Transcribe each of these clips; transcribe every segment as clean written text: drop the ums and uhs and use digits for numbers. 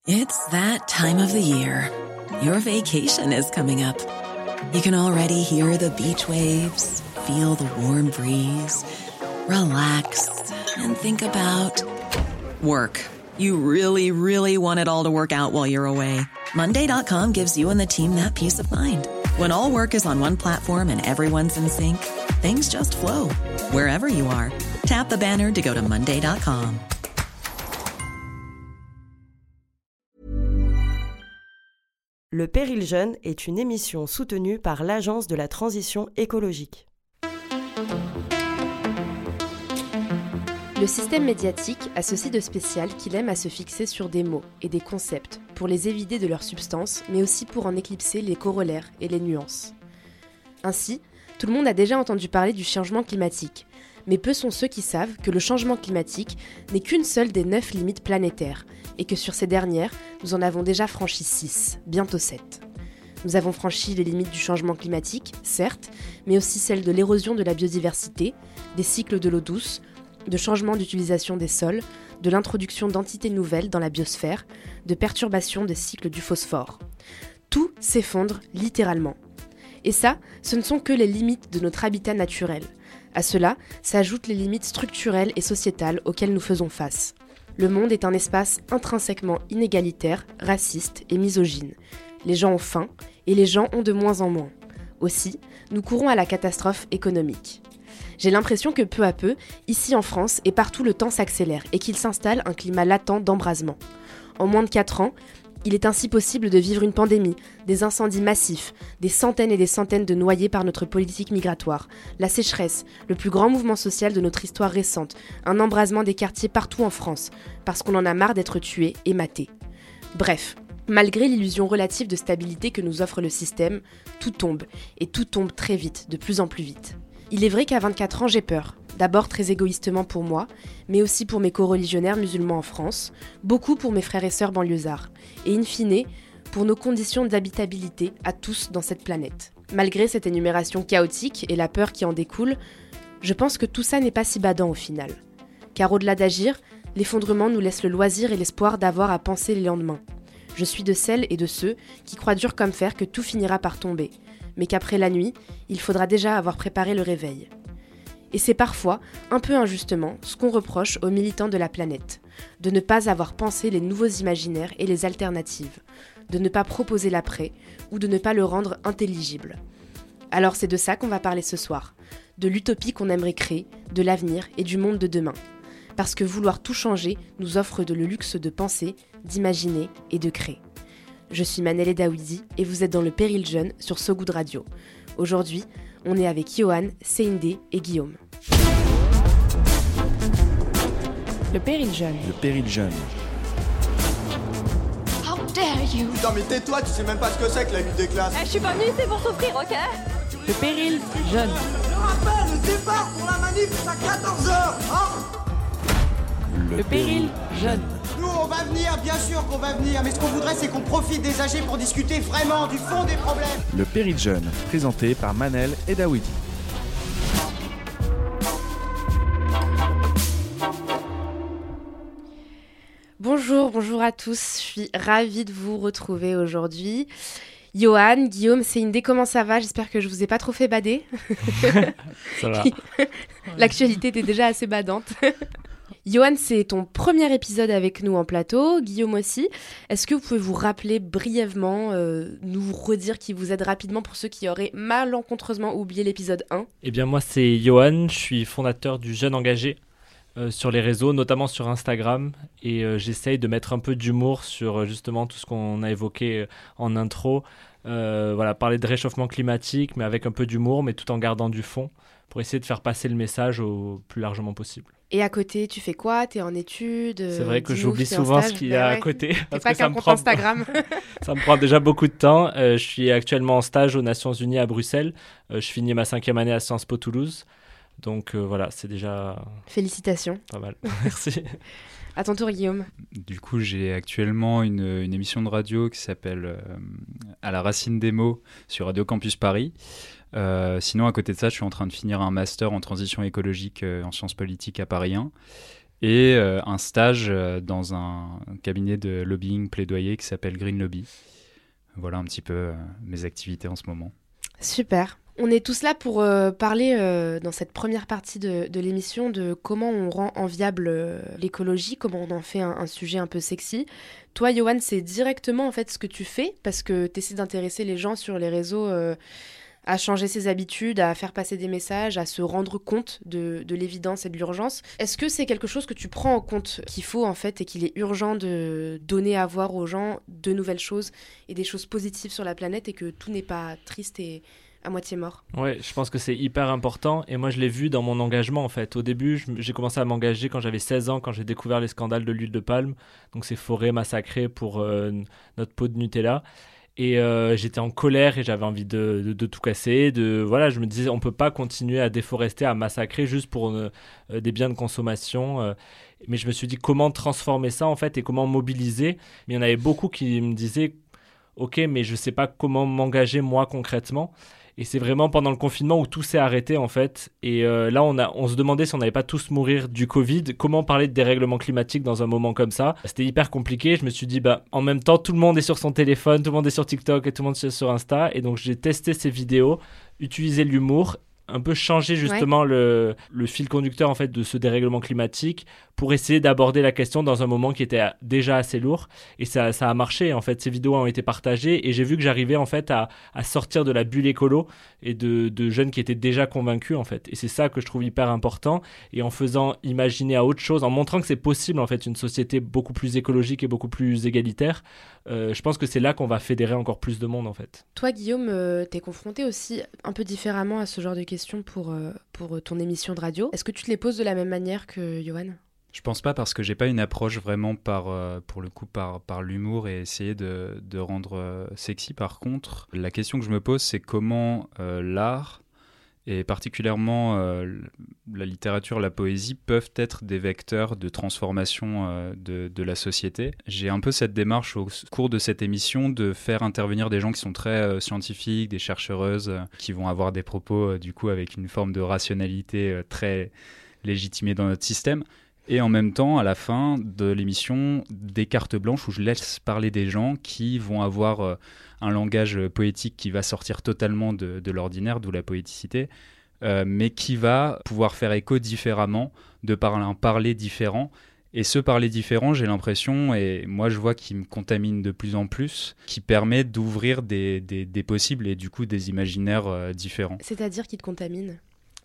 It's that time of the year. Your vacation is coming up. You can already hear the beach waves, feel the warm breeze, relax, and think about work. You really, really want it all to work out while you're away. Monday.com gives you and the team that peace of mind. When all work is on one platform and everyone's in sync, things just flow. Wherever you are, tap the banner to go to Monday.com. Le Péril Jeune est une émission soutenue par l'Agence de la transition écologique. Le système médiatique a ceci de spécial qu'il aime à se fixer sur des mots et des concepts pour les évider de leur substance, mais aussi pour en éclipser les corollaires et les nuances. Ainsi, tout le monde a déjà entendu parler du changement climatique, mais peu sont ceux qui savent que le changement climatique n'est qu'une seule des 9 limites planétaires, et que sur ces dernières, nous en avons déjà franchi 6, bientôt 7. Nous avons franchi les limites du changement climatique, certes, mais aussi celles de l'érosion de la biodiversité, des cycles de l'eau douce, de changement d'utilisation des sols, de l'introduction d'entités nouvelles dans la biosphère, de perturbation des cycles du phosphore. Tout s'effondre littéralement. Et ça, ce ne sont que les limites de notre habitat naturel. À cela s'ajoutent les limites structurelles et sociétales auxquelles nous faisons face. Le monde est un espace intrinsèquement inégalitaire, raciste et misogyne. Les gens ont faim et les gens ont de moins en moins. Aussi, nous courons à la catastrophe économique. J'ai l'impression que peu à peu, ici en France et partout le temps s'accélère et qu'il s'installe un climat latent d'embrasement. En moins de 4 ans, il est ainsi possible de vivre une pandémie, des incendies massifs, des centaines et des centaines de noyés par notre politique migratoire, la sécheresse, le plus grand mouvement social de notre histoire récente, un embrasement des quartiers partout en France, parce qu'on en a marre d'être tués et matés. Bref, malgré l'illusion relative de stabilité que nous offre le système, tout tombe, et tout tombe très vite, de plus en plus vite. Il est vrai qu'à 24 ans, j'ai peur. D'abord très égoïstement pour moi, mais aussi pour mes coreligionnaires musulmans en France, beaucoup pour mes frères et sœurs banlieusards, et in fine, pour nos conditions d'habitabilité à tous dans cette planète. Malgré cette énumération chaotique et la peur qui en découle, je pense que tout ça n'est pas si badant au final. Car au-delà d'agir, l'effondrement nous laisse le loisir et l'espoir d'avoir à penser les lendemains. Je suis de celles et de ceux qui croient dur comme fer que tout finira par tomber, mais qu'après la nuit, il faudra déjà avoir préparé le réveil. Et c'est parfois, un peu injustement, ce qu'on reproche aux militants de la planète, de ne pas avoir pensé les nouveaux imaginaires et les alternatives, de ne pas proposer l'après, ou de ne pas le rendre intelligible. Alors c'est de ça qu'on va parler ce soir, de l'utopie qu'on aimerait créer, de l'avenir et du monde de demain. Parce que vouloir tout changer nous offre le luxe de penser, d'imaginer et de créer. Je suis Manel Daoudi et vous êtes dans le Péril Jeune sur So Good Radio. Aujourd'hui, on est avec Yohan, Seindé et Guillaume. Le Péril Jeune. Le Péril Jeune. How dare you! Putain mais tais-toi, tu sais même pas ce que c'est que la lutte des classes. Je suis pas venue ici pour souffrir, ok? Le Péril Jeune. Je rappelle, le départ pour la manif c'est à 14h, hein? Le Péril Jeune. Nous on va venir, bien sûr qu'on va venir, mais ce qu'on voudrait c'est qu'on profite des âgés pour discuter vraiment du fond des problèmes. Le Péril Jeune, présenté par Manel et Daoudi. Bonjour à tous, je suis ravie de vous retrouver aujourd'hui. Yohan, Guillaume, Seindé, comment ça va? J'espère que je vous ai pas trop fait bader. Ça va. L'actualité était déjà assez badante. Yohan, c'est ton premier épisode avec nous en plateau, Guillaume aussi. Est-ce que vous pouvez vous rappeler brièvement, nous redire qui vous êtes rapidement pour ceux qui auraient malencontreusement oublié l'épisode 1? Eh bien moi c'est Yohan, je suis fondateur du Jeune Engagé sur les réseaux, notamment sur Instagram, et j'essaye de mettre un peu d'humour sur justement tout ce qu'on a évoqué en intro. Parler de réchauffement climatique, mais avec un peu d'humour, mais tout en gardant du fond, pour essayer de faire passer le message au plus largement possible. Et à côté, tu fais quoi? T'es en études? C'est vrai que j'oublie souvent ce qu'il y a à côté. Parce pas que qu'un compte Instagram. Ça me prend déjà beaucoup de temps. Je suis actuellement en stage aux Nations Unies à Bruxelles. Je finis ma 5e année à Sciences Po Toulouse. Donc voilà, c'est déjà... Félicitations. Pas mal, merci. À ton tour, Guillaume. Du coup, j'ai actuellement une émission de radio qui s'appelle À la racine des mots sur Radio Campus Paris. Sinon, à côté de ça, je suis en train de finir un master en transition écologique en sciences politiques à Paris 1. et un stage dans un cabinet de lobbying plaidoyer qui s'appelle Green Lobby. Voilà un petit peu mes activités en ce moment. Super. On est tous là pour parler dans cette première partie de l'émission de comment on rend enviable l'écologie, comment on en fait un sujet un peu sexy. Toi, Yoann, c'est directement en fait ce que tu fais parce que tu essaies d'intéresser les gens sur les réseaux à changer ses habitudes, à faire passer des messages, à se rendre compte de l'évidence et de l'urgence. Est-ce que c'est quelque chose que tu prends en compte qu'il faut en fait et qu'il est urgent de donner à voir aux gens de nouvelles choses et des choses positives sur la planète et que tout n'est pas triste et à moitié mort? Ouais, je pense que c'est hyper important et moi je l'ai vu dans mon engagement en fait. Au début, j'ai commencé à m'engager quand j'avais 16 ans, quand j'ai découvert les scandales de l'huile de palme, donc ces forêts massacrées pour notre pot de Nutella. Et j'étais en colère et j'avais envie de tout casser. Voilà, je me disais, on peut pas continuer à déforester, à massacrer juste pour des biens de consommation. Mais je me suis dit, comment transformer ça en fait et comment mobiliser. Mais il y en avait beaucoup qui me disaient, ok, mais je sais pas comment m'engager moi concrètement. Et c'est vraiment pendant le confinement où tout s'est arrêté en fait. Et là, on se demandait si on n'allait pas tous mourir du Covid. Comment parler de dérèglement climatique dans un moment comme ça? C'était hyper compliqué. Je me suis dit, en même temps, tout le monde est sur son téléphone, tout le monde est sur TikTok et tout le monde est sur Insta. Et donc, j'ai testé ces vidéos, utilisé l'humour, un peu changer justement le fil conducteur en fait de ce dérèglement climatique pour essayer d'aborder la question dans un moment qui était déjà assez lourd. Et ça a marché en fait. Ces vidéos ont été partagées et j'ai vu que j'arrivais en fait à sortir de la bulle écolo et de jeunes qui étaient déjà convaincus en fait. Et c'est ça que je trouve hyper important. Et en faisant imaginer à autre chose, en montrant que c'est possible en fait une société beaucoup plus écologique et beaucoup plus égalitaire, je pense que c'est là qu'on va fédérer encore plus de monde en fait. Toi, Guillaume, t'es confronté aussi un peu différemment à ce genre de questions pour ton émission de radio. Est-ce que tu te les poses de la même manière que Yoann? Je pense pas parce que j'ai pas une approche vraiment pour le coup par l'humour et essayer de rendre sexy. Par contre, la question que je me pose, c'est comment l'art et particulièrement la littérature, la poésie peuvent être des vecteurs de transformation de la société. J'ai un peu cette démarche au cours de cette émission de faire intervenir des gens qui sont très scientifiques, des chercheuses qui vont avoir des propos du coup avec une forme de rationalité très légitimée dans notre système. Et en même temps, à la fin de l'émission, des cartes blanches où je laisse parler des gens qui vont avoir un langage poétique qui va sortir totalement de l'ordinaire, d'où la poéticité, mais qui va pouvoir faire écho différemment, de par un parler différent. Et ce parler différent, j'ai l'impression, et moi je vois qu'il me contamine de plus en plus, qui permet d'ouvrir des possibles et du coup des imaginaires différents. C'est-à-dire qu'il te contamine?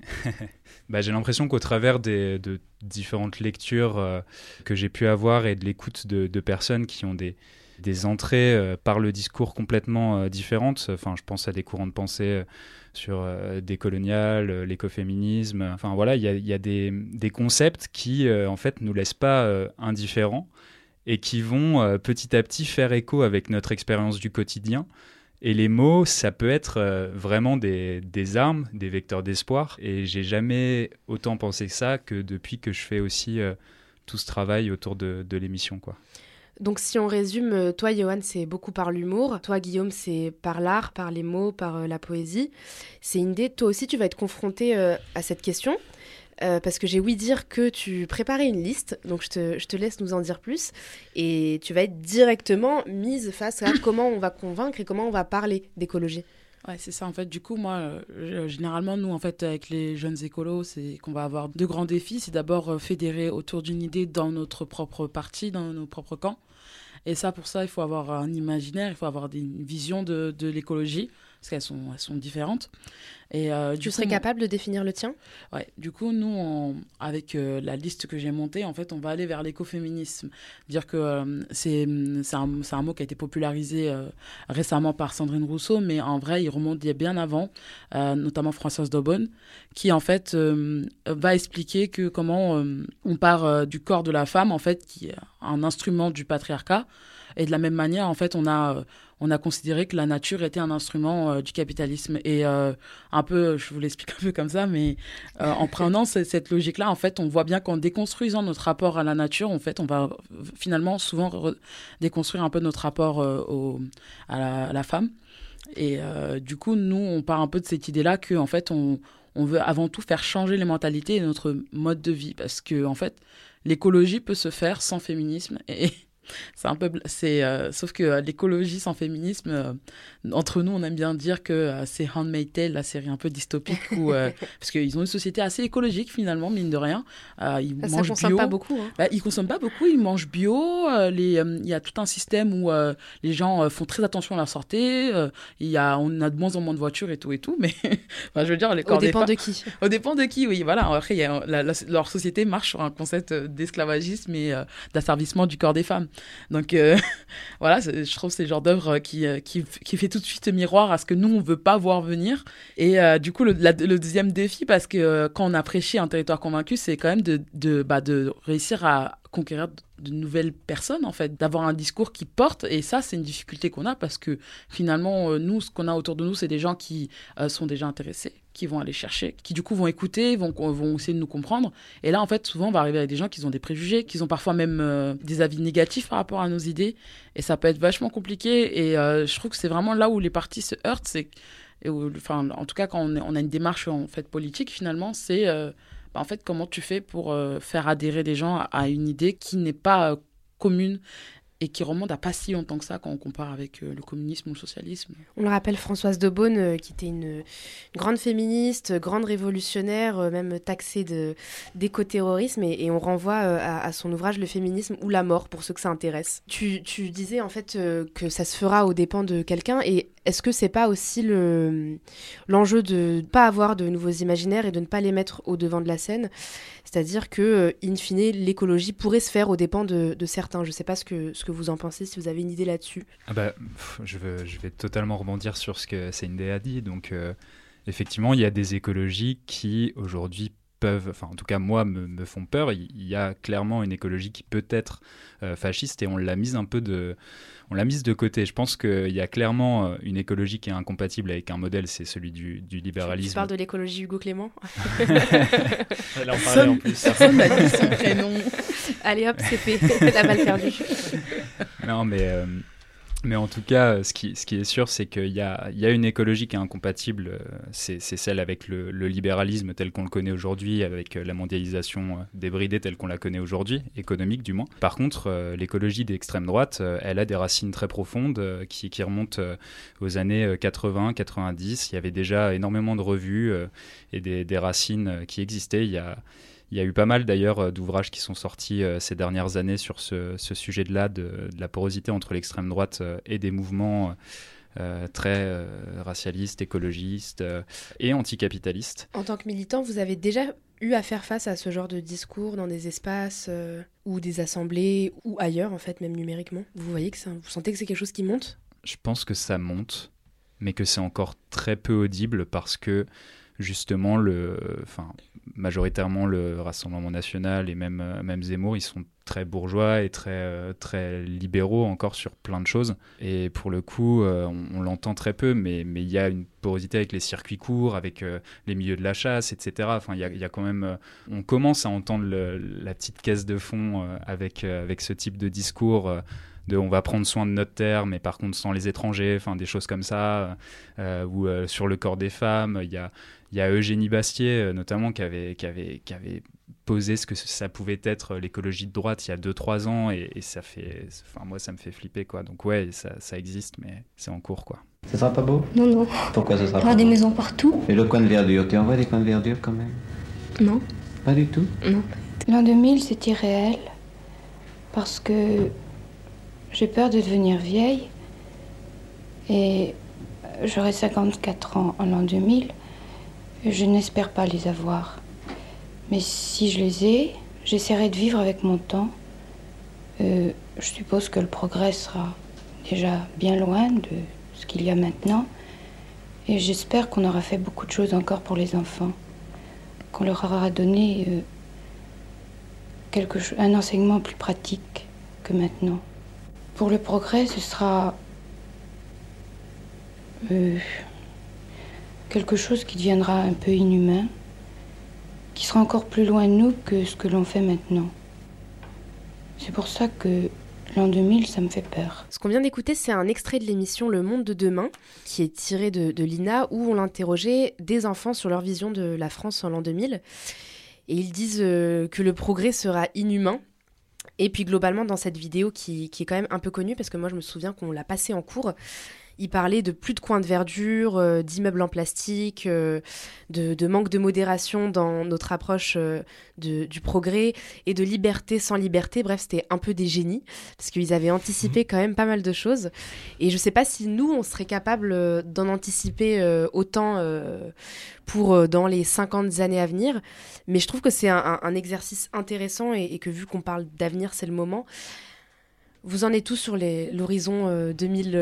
J'ai l'impression qu'au travers de différentes lectures que j'ai pu avoir et de l'écoute de personnes qui ont des entrées par le discours complètement différentes, enfin, je pense à des courants de pensée sur décolonial, l'écoféminisme, enfin voilà, il y a des concepts qui en fait nous laissent pas indifférents et qui vont petit à petit faire écho avec notre expérience du quotidien. Et les mots, ça peut être vraiment des armes, des vecteurs d'espoir. Et j'ai jamais autant pensé que ça que depuis que je fais aussi tout ce travail autour de l'émission, quoi. Donc si on résume, toi Yoann, c'est beaucoup par l'humour. Toi Guillaume, c'est par l'art, par les mots, par la poésie. C'est une idée. Toi aussi, tu vas être confronté à cette question. Parce que j'ai ouï dire que tu préparais une liste, donc je te laisse nous en dire plus, et tu vas être directement mise face à comment on va convaincre et comment on va parler d'écologie. Ouais, c'est ça en fait. Du coup, moi, généralement, nous, en fait, avec les jeunes écolos, c'est qu'on va avoir deux grands défis. C'est d'abord fédérer autour d'une idée dans notre propre parti, dans nos propres camps. Et ça, pour ça, il faut avoir un imaginaire, il faut avoir une vision de l'écologie, parce qu'elles sont différentes. Et, tu serais capable de définir le tien? Ouais, du coup, nous, avec la liste que j'ai montée, en fait, on va aller vers l'écoféminisme. Dire que c'est un mot qui a été popularisé récemment par Sandrine Rousseau, mais en vrai, il remonte bien avant, notamment Françoise Daubonne, qui, en fait, va expliquer que comment on part du corps de la femme, en fait, qui est un instrument du patriarcat. Et de la même manière, en fait, on a considéré que la nature était un instrument du capitalisme. Et un peu, je vous l'explique un peu comme ça, mais en prenant cette logique-là, en fait, on voit bien qu'en déconstruisant notre rapport à la nature, en fait, on va finalement souvent déconstruire un peu notre rapport à la femme. Et du coup, nous, on part un peu de cette idée-là que, en fait, on veut avant tout faire changer les mentalités et notre mode de vie. Parce que, en fait, l'écologie peut se faire sans féminisme. Et c'est un peu, sauf que l'écologie sans féminisme, entre nous, on aime bien dire que c'est Handmaid's Tale, la série un peu dystopique, parce qu'ils ont une société assez écologique finalement, mine de rien. Ils mangent bio. Consomment pas beaucoup. Hein. Ils consomment pas beaucoup, ils mangent bio. Il y a tout un système où les gens font très attention à leur santé. On a de moins en moins de voitures et tout. Mais je veux dire, les corps des femmes. Au dépend de qui, oui. Voilà. Après, leur société marche sur un concept d'esclavagisme et d'asservissement du corps des femmes. Donc voilà, je trouve que c'est le genre d'œuvre qui fait tout de suite miroir à ce que nous, on veut pas voir venir. Et du coup, le deuxième défi, parce que quand on a prêché un territoire convaincu, c'est quand même de réussir à conquérir de nouvelles personnes, en fait, d'avoir un discours qui porte. Et ça, c'est une difficulté qu'on a parce que finalement, nous, ce qu'on a autour de nous, c'est des gens qui sont déjà intéressés, qui vont aller chercher, qui du coup vont écouter, vont essayer de nous comprendre. Et là, en fait, souvent, on va arriver avec des gens qui ont des préjugés, qui ont parfois même des avis négatifs par rapport à nos idées. Et ça peut être vachement compliqué. Et je trouve que c'est vraiment là où les partis se heurtent. En tout cas, quand on a une démarche en fait, politique, finalement, c'est... en fait, comment tu fais pour faire adhérer les gens à une idée qui n'est pas commune et qui remonte à pas si longtemps que ça quand on compare avec le communisme ou le socialisme. On le rappelle, Françoise de Beaune, qui était une grande féministe, grande révolutionnaire, même taxée d'éco-terrorisme, et on renvoie à son ouvrage « Le féminisme ou la mort » pour ceux que ça intéresse. Tu disais en fait que ça se fera aux dépens de quelqu'un, et est-ce que c'est pas aussi l'enjeu de ne pas avoir de nouveaux imaginaires et de ne pas les mettre au devant de la scène ? C'est-à-dire que, in fine, l'écologie pourrait se faire aux dépens de certains. Je ne sais pas ce que vous en pensez, si vous avez une idée là-dessus. Je vais totalement rebondir sur ce que Seindé a dit. Donc, effectivement, il y a des écologies qui, aujourd'hui, en tout cas, moi, me font peur. Il y a clairement une écologie qui peut être fasciste et on l'a mise de côté. Je pense qu'il y a clairement une écologie qui est incompatible avec un modèle, c'est celui du libéralisme. Tu parles de l'écologie Hugo Clément ? Elle en parlait en plus. Personne n'a dit son prénom. Allez hop, c'est fait. La balle perdue. Non, mais en tout cas, ce qui est sûr, c'est qu'il y a une écologie qui est incompatible. C'est celle avec le libéralisme tel qu'on le connaît aujourd'hui, avec la mondialisation débridée telle qu'on la connaît aujourd'hui, économique du moins. Par contre, l'écologie d'extrême droite, elle a des racines très profondes qui remontent aux années 80-90. Il y avait déjà énormément de revues et des racines qui existaient. Il y a eu pas mal d'ailleurs d'ouvrages qui sont sortis ces dernières années sur ce sujet-là de la porosité entre l'extrême droite et des mouvements très racialistes, écologistes et anticapitalistes. En tant que militant, vous avez déjà eu à faire face à ce genre de discours dans des espaces ou des assemblées ou ailleurs, en fait, même numériquement ? Vous voyez vous sentez que c'est quelque chose qui monte ? Je pense que ça monte, mais que c'est encore très peu audible parce que justement, majoritairement le Rassemblement national et même Zemmour, ils sont très bourgeois et très libéraux encore sur plein de choses. Et pour le coup, on l'entend très peu, mais il y a une porosité avec les circuits courts, avec les milieux de la chasse, etc. Enfin, il y a quand même... on commence à entendre la petite caisse de fond avec ce type de discours on va prendre soin de notre terre, mais par contre sans les étrangers, enfin des choses comme ça, ou sur le corps des femmes. Il y a Eugénie Bastier, notamment, qui avait posé ce que ça pouvait être l'écologie de droite il y a 2-3 ans, et ça fait... Enfin, moi, ça me fait flipper, quoi. Donc ouais, ça existe, mais c'est en cours, quoi. Ça sera pas beau ? Non. Pourquoi ça sera pas beau ? Il y aura des maisons partout. Et le coin de verdure, tu en vois des coins de verdure quand même ? Non. Pas du tout ? Non. L'an 2000, c'est irréel, parce que j'ai peur de devenir vieille, et j'aurai 54 ans en l'an 2000, et je n'espère pas les avoir. Mais si je les ai, j'essaierai de vivre avec mon temps. Je suppose que le progrès sera déjà bien loin de ce qu'il y a maintenant, et j'espère qu'on aura fait beaucoup de choses encore pour les enfants, qu'on leur aura donné un enseignement plus pratique que maintenant. Pour le progrès, ce sera quelque chose qui deviendra un peu inhumain, qui sera encore plus loin de nous que ce que l'on fait maintenant. C'est pour ça que l'an 2000, ça me fait peur. Ce qu'on vient d'écouter, c'est un extrait de l'émission Le Monde de demain, qui est tiré de l'INA, où on l'interrogeait des enfants sur leur vision de la France en l'an 2000. Et ils disent que le progrès sera inhumain. Et puis globalement, dans cette vidéo qui est quand même un peu connue, parce que moi je me souviens qu'on l'a passée en cours, il parlait de plus de coins de verdure, d'immeubles en plastique, de manque de modération dans notre approche du progrès et de liberté sans liberté. Bref, c'était un peu des génies, parce qu'ils avaient anticipé quand même pas mal de choses. Et je sais pas si nous, on serait capable d'en anticiper autant pour dans les 50 années à venir. Mais je trouve que c'est un exercice intéressant et que vu qu'on parle d'avenir, c'est le moment. Vous en êtes tous sur l'horizon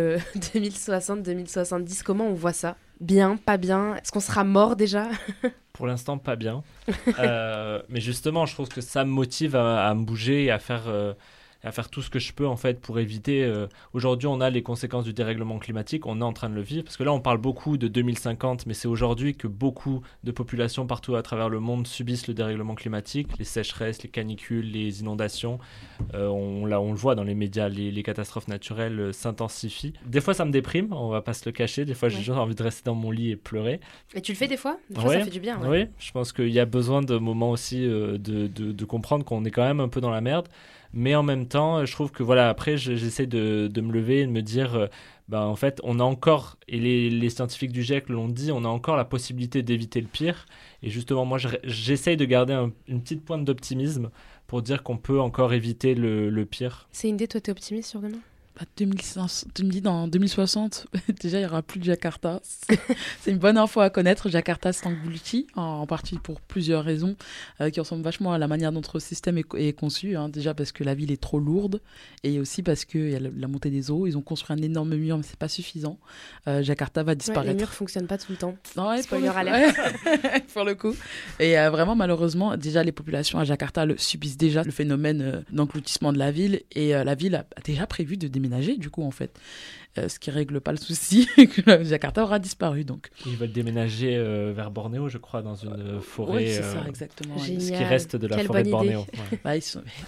2060-2070. Comment on voit ça ? Bien, pas bien ? Est-ce qu'on sera mort déjà ? Pour l'instant, pas bien. Mais justement, je trouve que ça me motive à me bouger et à faire tout ce que je peux en fait pour éviter. Aujourd'hui, on a les conséquences du dérèglement climatique, on est en train de le vivre. Parce que là, on parle beaucoup de 2050, mais c'est aujourd'hui que beaucoup de populations partout à travers le monde subissent le dérèglement climatique, les sécheresses, les canicules, les inondations. On le voit dans les médias, les catastrophes naturelles s'intensifient. Des fois, ça me déprime, on va pas se le cacher. Des fois, j'ai juste envie de rester dans mon lit et pleurer. Et tu le fais des fois ? Des fois, ça fait du bien. Ouais. Oui, je pense qu'il y a besoin de moments aussi de comprendre qu'on est quand même un peu dans la merde. Mais en même temps, je trouve que voilà, après, j'essaie de me lever et de me dire, en fait, on a encore, et les scientifiques du GIEC l'ont dit, on a encore la possibilité d'éviter le pire. Et justement, moi, j'essaie de garder une petite pointe d'optimisme pour dire qu'on peut encore éviter le pire. C'est une idée, toi, t'es optimiste sur demain ? 2500, tu me dis dans 2060, déjà il n'y aura plus de Jakarta. C'est une bonne info à connaître. Jakarta, c'est englouti, en partie pour plusieurs raisons qui ressemblent vachement à la manière dont notre système est conçu. Déjà parce que la ville est trop lourde et aussi parce qu'il y a la montée des eaux. Ils ont construit un énorme mur, mais ce n'est pas suffisant. Jakarta va disparaître. Les murs ne fonctionnent pas tout le temps. Ouais, spoiler alert. Pour le coup. Et vraiment, malheureusement, déjà les populations à Jakarta subissent déjà le phénomène d'engloutissement de la ville. Et la ville a déjà prévu de déménager du coup en fait, ce qui règle pas le souci que Jakarta aura disparu donc. Ils veulent déménager vers Bornéo, je crois, dans une forêt. Oui, c'est ça, exactement. Ce qui reste de la forêt de Bornéo. Ouais. Bah,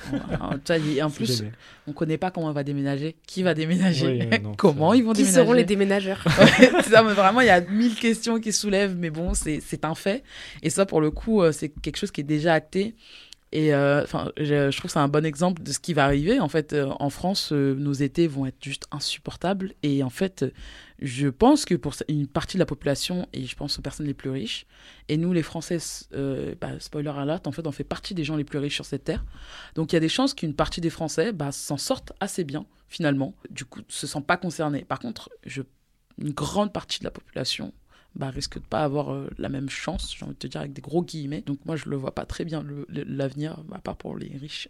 en plus, on connaît pas comment on va déménager, qui va déménager, comment ils vont déménager. Qui seront les déménageurs. Ça, mais vraiment, il y a 1000 questions qui soulèvent, mais bon, c'est un fait. Et ça, pour le coup, c'est quelque chose qui est déjà acté. Et je trouve que c'est un bon exemple de ce qui va arriver. En fait, en France, nos étés vont être juste insupportables. Et en fait, je pense que pour une partie de la population, et je pense aux personnes les plus riches, et nous, les Français, spoiler alert, en fait, on fait partie des gens les plus riches sur cette terre. Donc, il y a des chances qu'une partie des Français s'en sortent assez bien, finalement. Du coup, ne se sentent pas concernés. Par contre, une grande partie de la population risque de pas avoir la même chance, j'ai envie de te dire, avec des gros guillemets. Donc moi, je le vois pas très bien, l'avenir, à part pour les riches.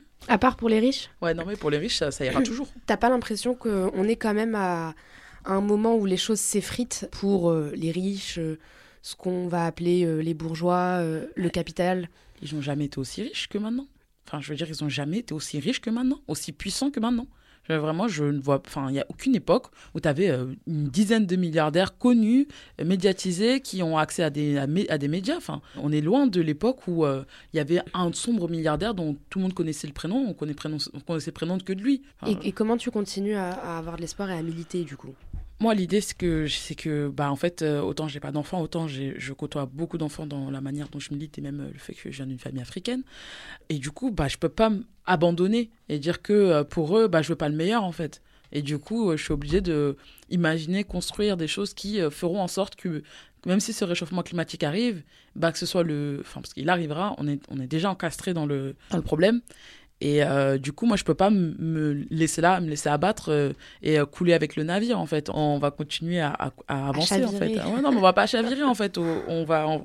À part pour les riches ? Ouais, non, mais pour les riches, ça ira toujours. T'as pas l'impression qu'on est quand même à un moment où les choses s'effritent pour les riches, ce qu'on va appeler les bourgeois, le capital ? Ils n'ont jamais été aussi riches que maintenant. Enfin, je veux dire, ils n'ont jamais été aussi riches que maintenant, aussi puissants que maintenant. Vraiment, je ne vois... Enfin, il n'y a aucune époque où tu avais une dizaine de milliardaires connus, médiatisés, qui ont accès à des médias. Enfin, on est loin de l'époque où il y avait un sombre milliardaire dont tout le monde connaissait le prénom. On connaissait le prénom que de lui. Enfin, et comment tu continues à avoir de l'espoir et à militer, du coup ? Moi, l'idée, c'est que en fait, autant j'ai pas d'enfants, autant je côtoie beaucoup d'enfants dans la manière dont je milite et même le fait que je viens d'une famille africaine. Et du coup, je peux pas m'abandonner et dire que pour eux, je veux pas le meilleur, en fait. Et du coup, je suis obligée d'imaginer, construire des choses qui feront en sorte que, même si ce réchauffement climatique arrive, que ce soit parce qu'il arrivera, on est déjà encastré dans le problème. Et du coup, moi, je peux pas me laisser abattre et couler avec le navire, en fait. On va continuer à avancer, en fait. Ouais, non, mais on va pas chavirer, en fait. On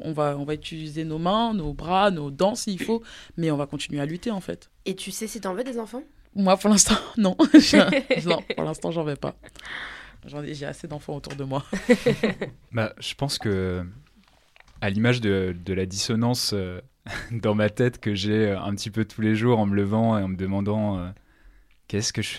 va utiliser nos mains, nos bras, nos dents, s'il faut, mais on va continuer à lutter, en fait. Et tu sais si t'en veux des enfants ? Moi, pour l'instant, non. Non, pour l'instant, j'en veux pas. J'ai assez d'enfants autour de moi. Je pense que, à l'image de la dissonance dans ma tête que j'ai un petit peu tous les jours en me levant et en me demandant qu'est-ce que je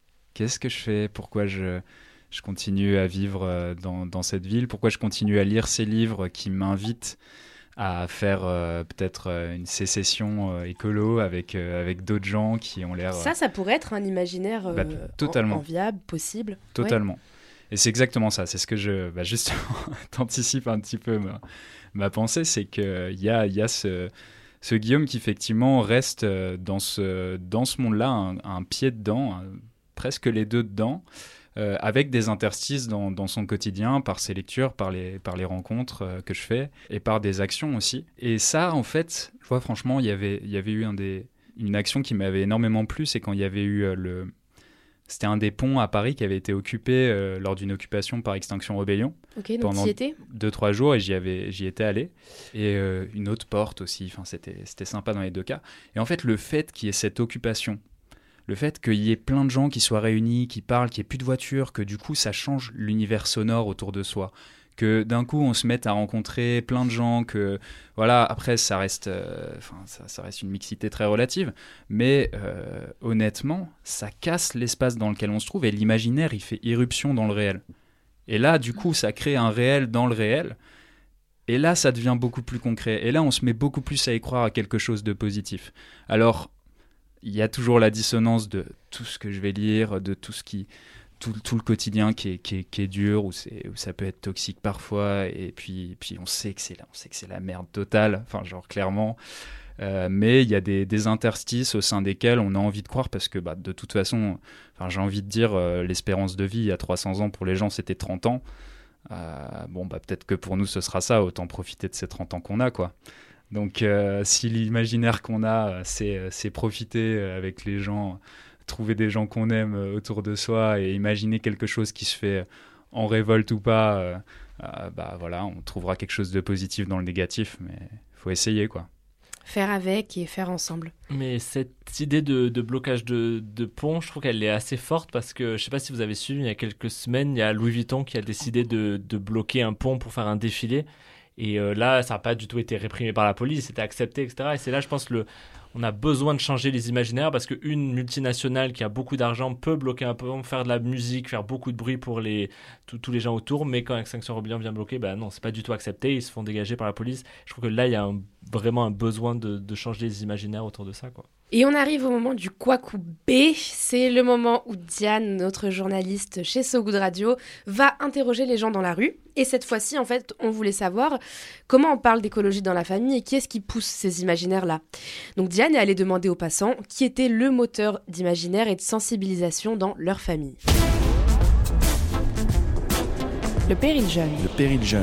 fais, pourquoi je continue à vivre dans cette ville, pourquoi je continue à lire ces livres qui m'invitent à faire peut-être une sécession écolo avec d'autres gens qui ont l'air... Ça pourrait être un imaginaire enviable, possible. Totalement. Ouais. Et c'est exactement ça, c'est ce que justement, t'anticipes un petit peu ma pensée, c'est qu'il y a Ce Guillaume qui effectivement reste dans ce monde-là, un pied dedans, presque les deux dedans, avec des interstices dans son quotidien, par ses lectures, par les rencontres que je fais, et par des actions aussi. Et ça, en fait, je vois franchement, il y avait eu une action qui m'avait énormément plu, c'est quand il y avait eu c'était un des ponts à Paris qui avait été occupé lors d'une occupation par Extinction Rebellion. Ok, donc pendant tu y étais 2-3 jours, et j'y étais allé. Et une autre porte aussi, enfin, c'était sympa dans les deux cas. Et en fait, le fait qu'il y ait cette occupation, le fait qu'il y ait plein de gens qui soient réunis, qui parlent, qu'il n'y ait plus de voitures, que du coup ça change l'univers sonore autour de soi, que d'un coup on se mette à rencontrer plein de gens, que voilà, après ça reste une mixité très relative, mais honnêtement ça casse l'espace dans lequel on se trouve, et l'imaginaire il fait irruption dans le réel, et là du coup ça crée un réel dans le réel, et là ça devient beaucoup plus concret, et là on se met beaucoup plus à y croire à quelque chose de positif. Alors il y a toujours la dissonance de tout ce que je vais lire, de tout le quotidien qui est dur, où ça peut être toxique parfois, et puis on sait que c'est la merde totale, enfin genre clairement. Mais il y a des interstices au sein desquels on a envie de croire, parce que de toute façon, j'ai envie de dire, l'espérance de vie à 300 ans pour les gens c'était 30 ans. Peut-être que pour nous ce sera ça, autant profiter de ces 30 ans qu'on a, quoi. Donc si l'imaginaire qu'on a, c'est profiter avec les gens, trouver des gens qu'on aime autour de soi, et imaginer quelque chose qui se fait en révolte ou pas, voilà, on trouvera quelque chose de positif dans le négatif, mais il faut essayer, quoi. Faire avec et faire ensemble. Mais cette idée de blocage de pont, je trouve qu'elle est assez forte, parce que je ne sais pas si vous avez suivi, il y a quelques semaines, il y a Louis Vuitton qui a décidé de bloquer un pont pour faire un défilé. Et là, ça n'a pas du tout été réprimé par la police, c'était accepté, etc. Et c'est là, je pense, on a besoin de changer les imaginaires, parce qu'une multinationale qui a beaucoup d'argent peut bloquer un pont, faire de la musique, faire beaucoup de bruit pour tous les gens autour, mais quand Extinction Rebellion vient bloquer, non, c'est pas du tout accepté, ils se font dégager par la police. Je trouve que là, il y a vraiment un besoin de changer les imaginaires autour de ça, quoi. Et on arrive au moment du Couac ou B. C'est le moment où Diane, notre journaliste chez So Good Radio, va interroger les gens dans la rue. Et cette fois-ci, en fait, on voulait savoir comment on parle d'écologie dans la famille et qui est-ce qui pousse ces imaginaires-là. Donc Diane est allée demander aux passants qui était le moteur d'imaginaire et de sensibilisation dans leur famille. Le péril jeune. Le péril jeune.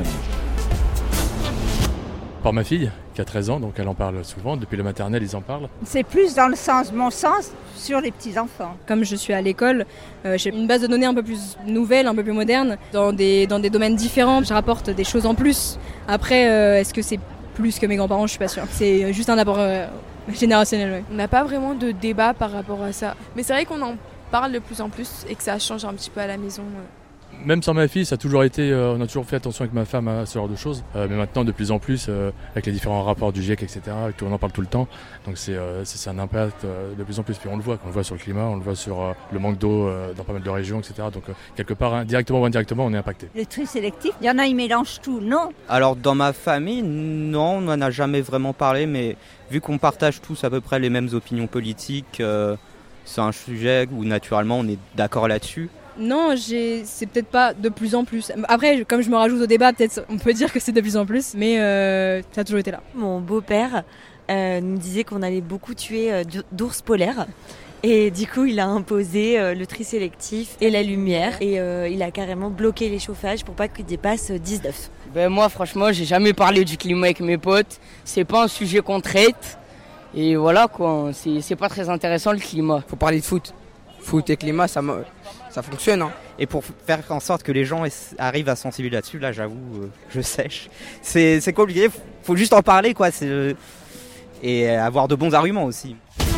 Par ma fille, qui a 13 ans, donc elle en parle souvent. Depuis le maternel, ils en parlent. C'est plus dans mon sens, sur les petits-enfants. Comme je suis à l'école, j'ai une base de données un peu plus nouvelle, un peu plus moderne, dans des domaines différents. Je rapporte des choses en plus. Après, est-ce que c'est plus que mes grands-parents? Je suis pas sûre. C'est juste un apport générationnel. Ouais. On n'a pas vraiment de débat par rapport à ça. Mais c'est vrai qu'on en parle de plus en plus et que ça change un petit peu à la maison. Même sans ma fille, ça a toujours été, on a toujours fait attention avec ma femme à ce genre de choses. Mais maintenant, de plus en plus, avec les différents rapports du GIEC, etc., on en parle tout le temps. Donc c'est un impact de plus en plus. Puis on le voit sur le climat, on le voit sur le manque d'eau dans pas mal de régions, etc. Donc quelque part, directement ou indirectement, on est impacté. Le tri sélectif, il y en a, ils mélangent tout, non? Alors dans ma famille, non, on n'en a jamais vraiment parlé, mais vu qu'on partage tous à peu près les mêmes opinions politiques, c'est un sujet où naturellement on est d'accord là-dessus. Non, c'est peut-être pas de plus en plus. Après, comme je me rajoute au débat, peut-être on peut dire que c'est de plus en plus, mais ça a toujours été là. Mon beau-père nous disait qu'on allait beaucoup tuer d'ours polaires. Et du coup, il a imposé le tri sélectif et la lumière. Et il a carrément bloqué les chauffages pour pas qu'ils dépassent 19. Moi, franchement, j'ai jamais parlé du climat avec mes potes. C'est pas un sujet qu'on traite. Et voilà, quoi. C'est pas très intéressant, le climat. Faut parler de foot. Foot et climat, ça fonctionne. Hein. Et pour faire en sorte que les gens arrivent à sensibiliser là-dessus, là, j'avoue, je sèche. C'est compliqué. Faut juste en parler, quoi. Et avoir de bons arguments aussi.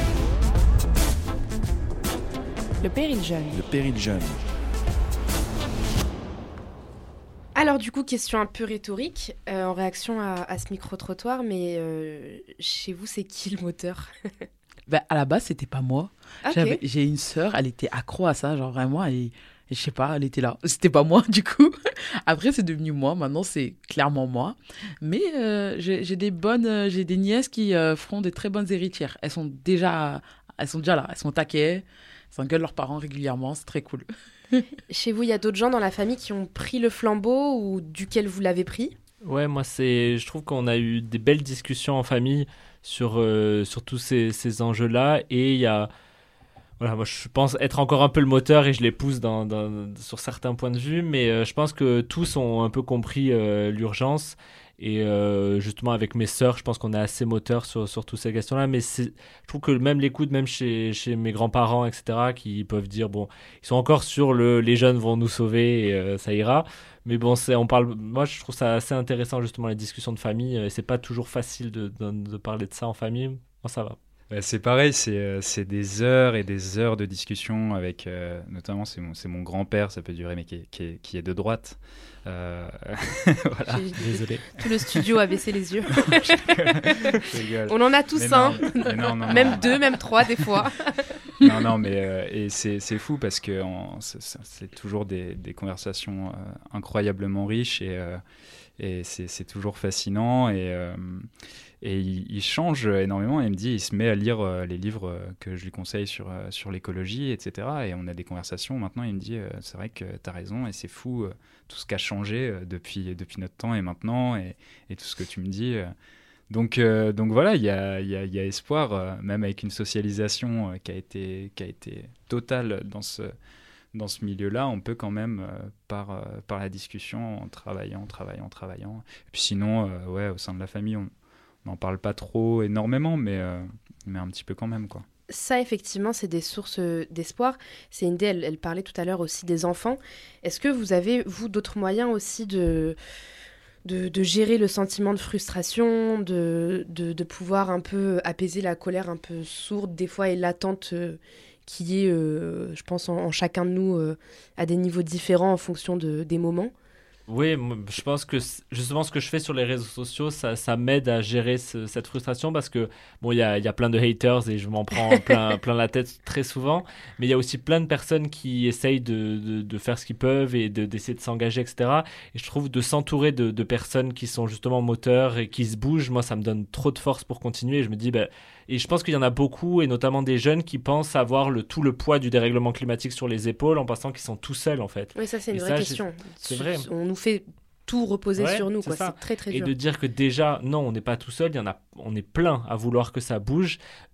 Le péril jeune. Le péril jeune. Alors du coup, question un peu rhétorique, en réaction à ce micro-trottoir, mais chez vous, c'est qui le moteur? À la base, c'était pas moi. Okay. J'ai une sœur, elle était accro à ça, genre vraiment, et je sais pas, elle était là. C'était pas moi, du coup. Après, c'est devenu moi. Maintenant, c'est clairement moi. Mais j'ai des nièces qui feront des très bonnes héritières. Elles sont déjà là, elles sont taquées, elles s'engueulent leurs parents régulièrement, c'est très cool. Chez vous, il y a d'autres gens dans la famille qui ont pris le flambeau ou duquel vous l'avez pris? Ouais, moi, je trouve qu'on a eu des belles discussions en famille sur tous ces enjeux-là. Et il y a... Voilà, moi, je pense être encore un peu le moteur et je les pousse sur certains points de vue. Mais je pense que tous ont un peu compris l'urgence. Et justement, avec mes sœurs, je pense qu'on est assez moteur sur toutes ces questions-là. Mais je trouve que même l'écoute, même chez mes grands-parents, etc., qui peuvent dire, bon, ils sont encore sur les jeunes vont nous sauver et ça ira. Mais bon, moi, je trouve ça assez intéressant, justement, la discussion de famille. Et c'est pas toujours facile de parler de ça en famille. Moi, ça va. C'est pareil, c'est des heures et des heures de discussion avec, notamment, c'est mon grand-père, ça peut durer, mais qui est de droite. Voilà. Désolé. Tout le studio a baissé les yeux. On en a tous un. Même 2, même 3 des fois. Mais c'est fou parce que c'est toujours des conversations incroyablement riches et c'est toujours fascinant et il change énormément. Il me dit, il se met à lire les livres que je lui conseille sur l'écologie, etc. Et on a des conversations. Maintenant, il me dit, c'est vrai que tu as raison et c'est fou tout ce qui a changé depuis notre temps et maintenant et tout ce que tu me dis. Donc voilà, il y a espoir, même avec une socialisation qui a été totale dans ce milieu-là, on peut quand même, par la discussion, en travaillant. Et puis sinon, au sein de la famille, on n'en parle pas trop énormément, mais un petit peu quand même, quoi. Ça, effectivement, c'est des sources d'espoir. Cyndy, elle parlait tout à l'heure aussi des enfants. Est-ce que vous avez, vous, d'autres moyens aussi de gérer le sentiment de frustration, de pouvoir un peu apaiser la colère un peu sourde, des fois, et latente qui est, je pense, en chacun de nous à des niveaux différents en fonction des moments? Oui, je pense que justement ce que je fais sur les réseaux sociaux, ça m'aide à gérer cette frustration parce que bon, il y a plein de haters et je m'en prends plein la tête très souvent, mais il y a aussi plein de personnes qui essayent de faire ce qu'ils peuvent et d'essayer de s'engager, etc. Et je trouve de s'entourer de personnes qui sont justement moteurs et qui se bougent, moi ça me donne trop de force pour continuer. Et je me dis, et je pense qu'il y en a beaucoup, et notamment des jeunes qui pensent avoir tout le poids du dérèglement climatique sur les épaules en pensant qu'ils sont tout seuls en fait. Oui, ça c'est une vraie question. C'est vrai. On nous fait tout reposer sur nous, quoi. C'est très très dur. Et de dire que déjà, non, on n'est pas tout seul, on est plein à vouloir que ça bouge.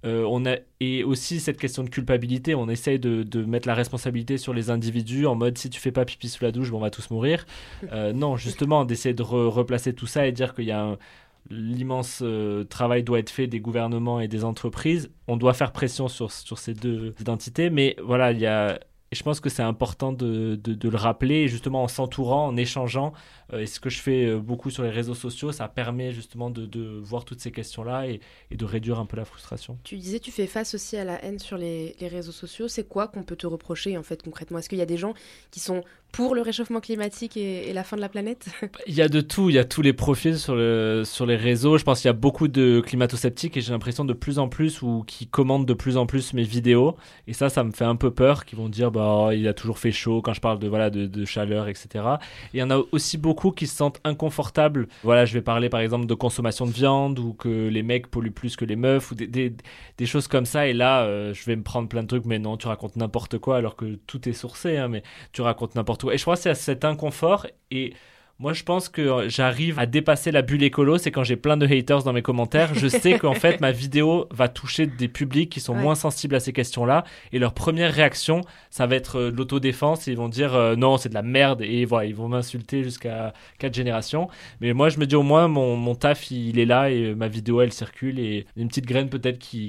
Et aussi cette question de culpabilité, on essaye de mettre la responsabilité sur les individus en mode si tu fais pas pipi sous la douche, on va tous mourir. Non, justement, d'essayer de replacer tout ça et dire qu'il y a l'immense travail doit être fait des gouvernements et des entreprises. On doit faire pression sur ces deux identités, mais voilà, je pense que c'est important de le rappeler, justement en s'entourant, en échangeant. Et ce que je fais beaucoup sur les réseaux sociaux, ça permet justement de voir toutes ces questions-là et de réduire un peu la frustration. Tu disais, tu fais face aussi à la haine sur les réseaux sociaux. C'est quoi qu'on peut te reprocher en fait concrètement? Est-ce qu'il y a des gens qui sont pour le réchauffement climatique et la fin de la planète? Il y a de tout, il y a tous les profils sur les réseaux. Je pense qu'il y a beaucoup de climato-sceptiques et j'ai l'impression de plus en plus ou qui commentent de plus en plus mes vidéos. Et ça me fait un peu peur, qu'ils vont dire il a toujours fait chaud quand je parle de chaleur, etc. Et il y en a aussi beaucoup qui se sentent inconfortables. Voilà, je vais parler par exemple de consommation de viande ou que les mecs polluent plus que les meufs ou des choses comme ça. Et là, je vais me prendre plein de trucs, mais non, tu racontes n'importe quoi alors que tout est sourcé, hein, mais tu racontes n'importe quoi. Et je crois que c'est cet inconfort et moi, je pense que j'arrive à dépasser la bulle écolo, c'est quand j'ai plein de haters dans mes commentaires. Je sais qu'en fait, ma vidéo va toucher des publics qui sont moins sensibles à ces questions-là. Et leur première réaction, ça va être de l'autodéfense. Ils vont dire non, c'est de la merde. Et voilà, ils vont m'insulter jusqu'à 4 générations. Mais moi, je me dis au moins, mon taf, il est là et ma vidéo, elle circule. Et une petite graine peut-être qui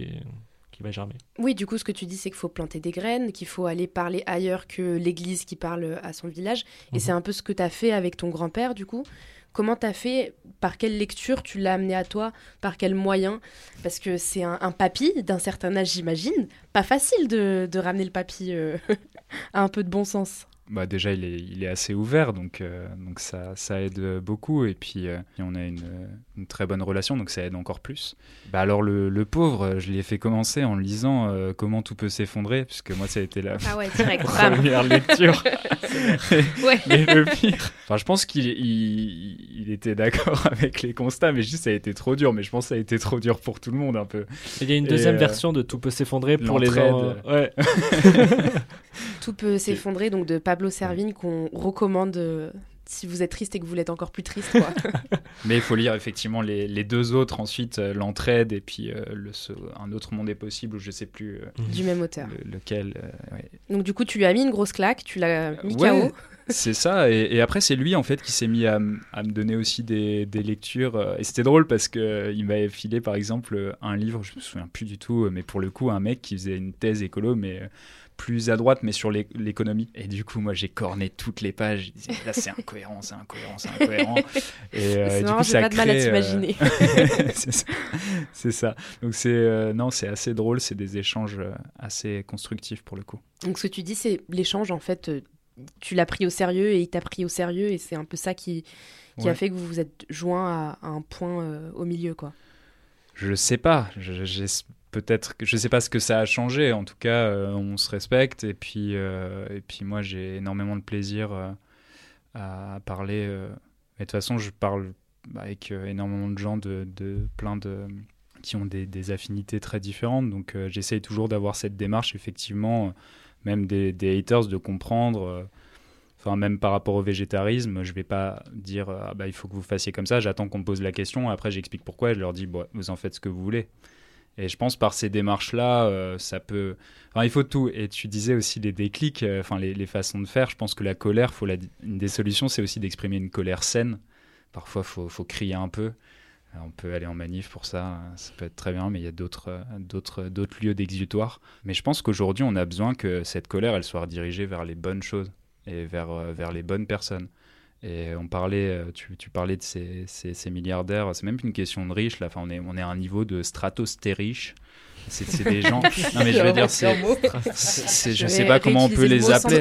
va germer. Oui, du coup, ce que tu dis, c'est qu'il faut planter des graines, qu'il faut aller parler ailleurs que l'église qui parle à son village. Et c'est un peu ce que tu as fait avec ton grand-père, du coup. Comment tu as fait? Par quelle lecture tu l'as amené à toi? Par quel moyen? Parce que c'est un papy d'un certain âge, j'imagine. Pas facile de ramener le papy à un peu de bon sens. Déjà, il est assez ouvert, donc ça aide beaucoup. Et puis, on a une très bonne relation, donc ça aide encore plus. Alors, le pauvre, je l'ai fait commencer en lisant Comment tout peut s'effondrer, puisque moi, ça a été la première lecture. Mais le pire... je pense qu'il était d'accord avec les constats, mais juste, ça a été trop dur. Mais je pense que ça a été trop dur pour tout le monde, un peu. Il y a une deuxième version de Tout peut s'effondrer pour les gens... Ouais. Tout peut s'effondrer, donc de Pablo Servigne, qu'on recommande si vous êtes triste et que vous l'êtes encore plus triste, quoi. Mais il faut lire effectivement les deux autres ensuite, l'entraide et puis un autre monde est possible, ou je sais plus du même auteur. Lequel. Ouais. Donc du coup tu lui as mis une grosse claque, tu l'as mis ouais, KO. C'est ça, et après c'est lui en fait qui s'est mis à me donner aussi des lectures, et c'était drôle parce qu'il m'avait filé par exemple un livre, je me souviens plus du tout, mais pour le coup un mec qui faisait une thèse écolo, mais plus à droite, mais sur l'économie. Et du coup, moi, j'ai corné toutes les pages. Je disais, là, c'est incohérent. Et du coup, ça pas de mal à t'imaginer. C'est ça. Donc, c'est assez drôle. C'est des échanges assez constructifs pour le coup. Donc, ce que tu dis, c'est l'échange, en fait, tu l'as pris au sérieux et il t'a pris au sérieux. Et c'est un peu ça qui a fait que vous vous êtes joints à un point au milieu, quoi. Je sais pas. Peut-être que je sais pas ce que ça a changé. En tout cas, on se respecte et puis moi j'ai énormément de plaisir à parler. Et de toute façon, je parle avec énormément de gens de plein de qui ont des affinités très différentes. Donc j'essaye toujours d'avoir cette démarche, effectivement, même des haters, de comprendre. Enfin, même par rapport au végétarisme, je vais pas dire il faut que vous fassiez comme ça. J'attends qu'on me pose la question. Après, j'explique pourquoi et je leur dis vous en faites ce que vous voulez. Et je pense par ces démarches-là, ça peut... Enfin, il faut tout. Et tu disais aussi les déclics, les façons de faire. Je pense que la colère, une des solutions, c'est aussi d'exprimer une colère saine. Parfois, il faut crier un peu. On peut aller en manif pour ça peut être très bien, mais il y a d'autres lieux d'exutoire. Mais je pense qu'aujourd'hui, on a besoin que cette colère, elle soit redirigée vers les bonnes choses et vers les bonnes personnes. Et on parlait, tu parlais de ces milliardaires, c'est même plus une question de riches, là. Enfin, on est à un niveau de stratosphérique. C'est des gens. Non, mais je veux dire, je sais pas comment on peut les appeler.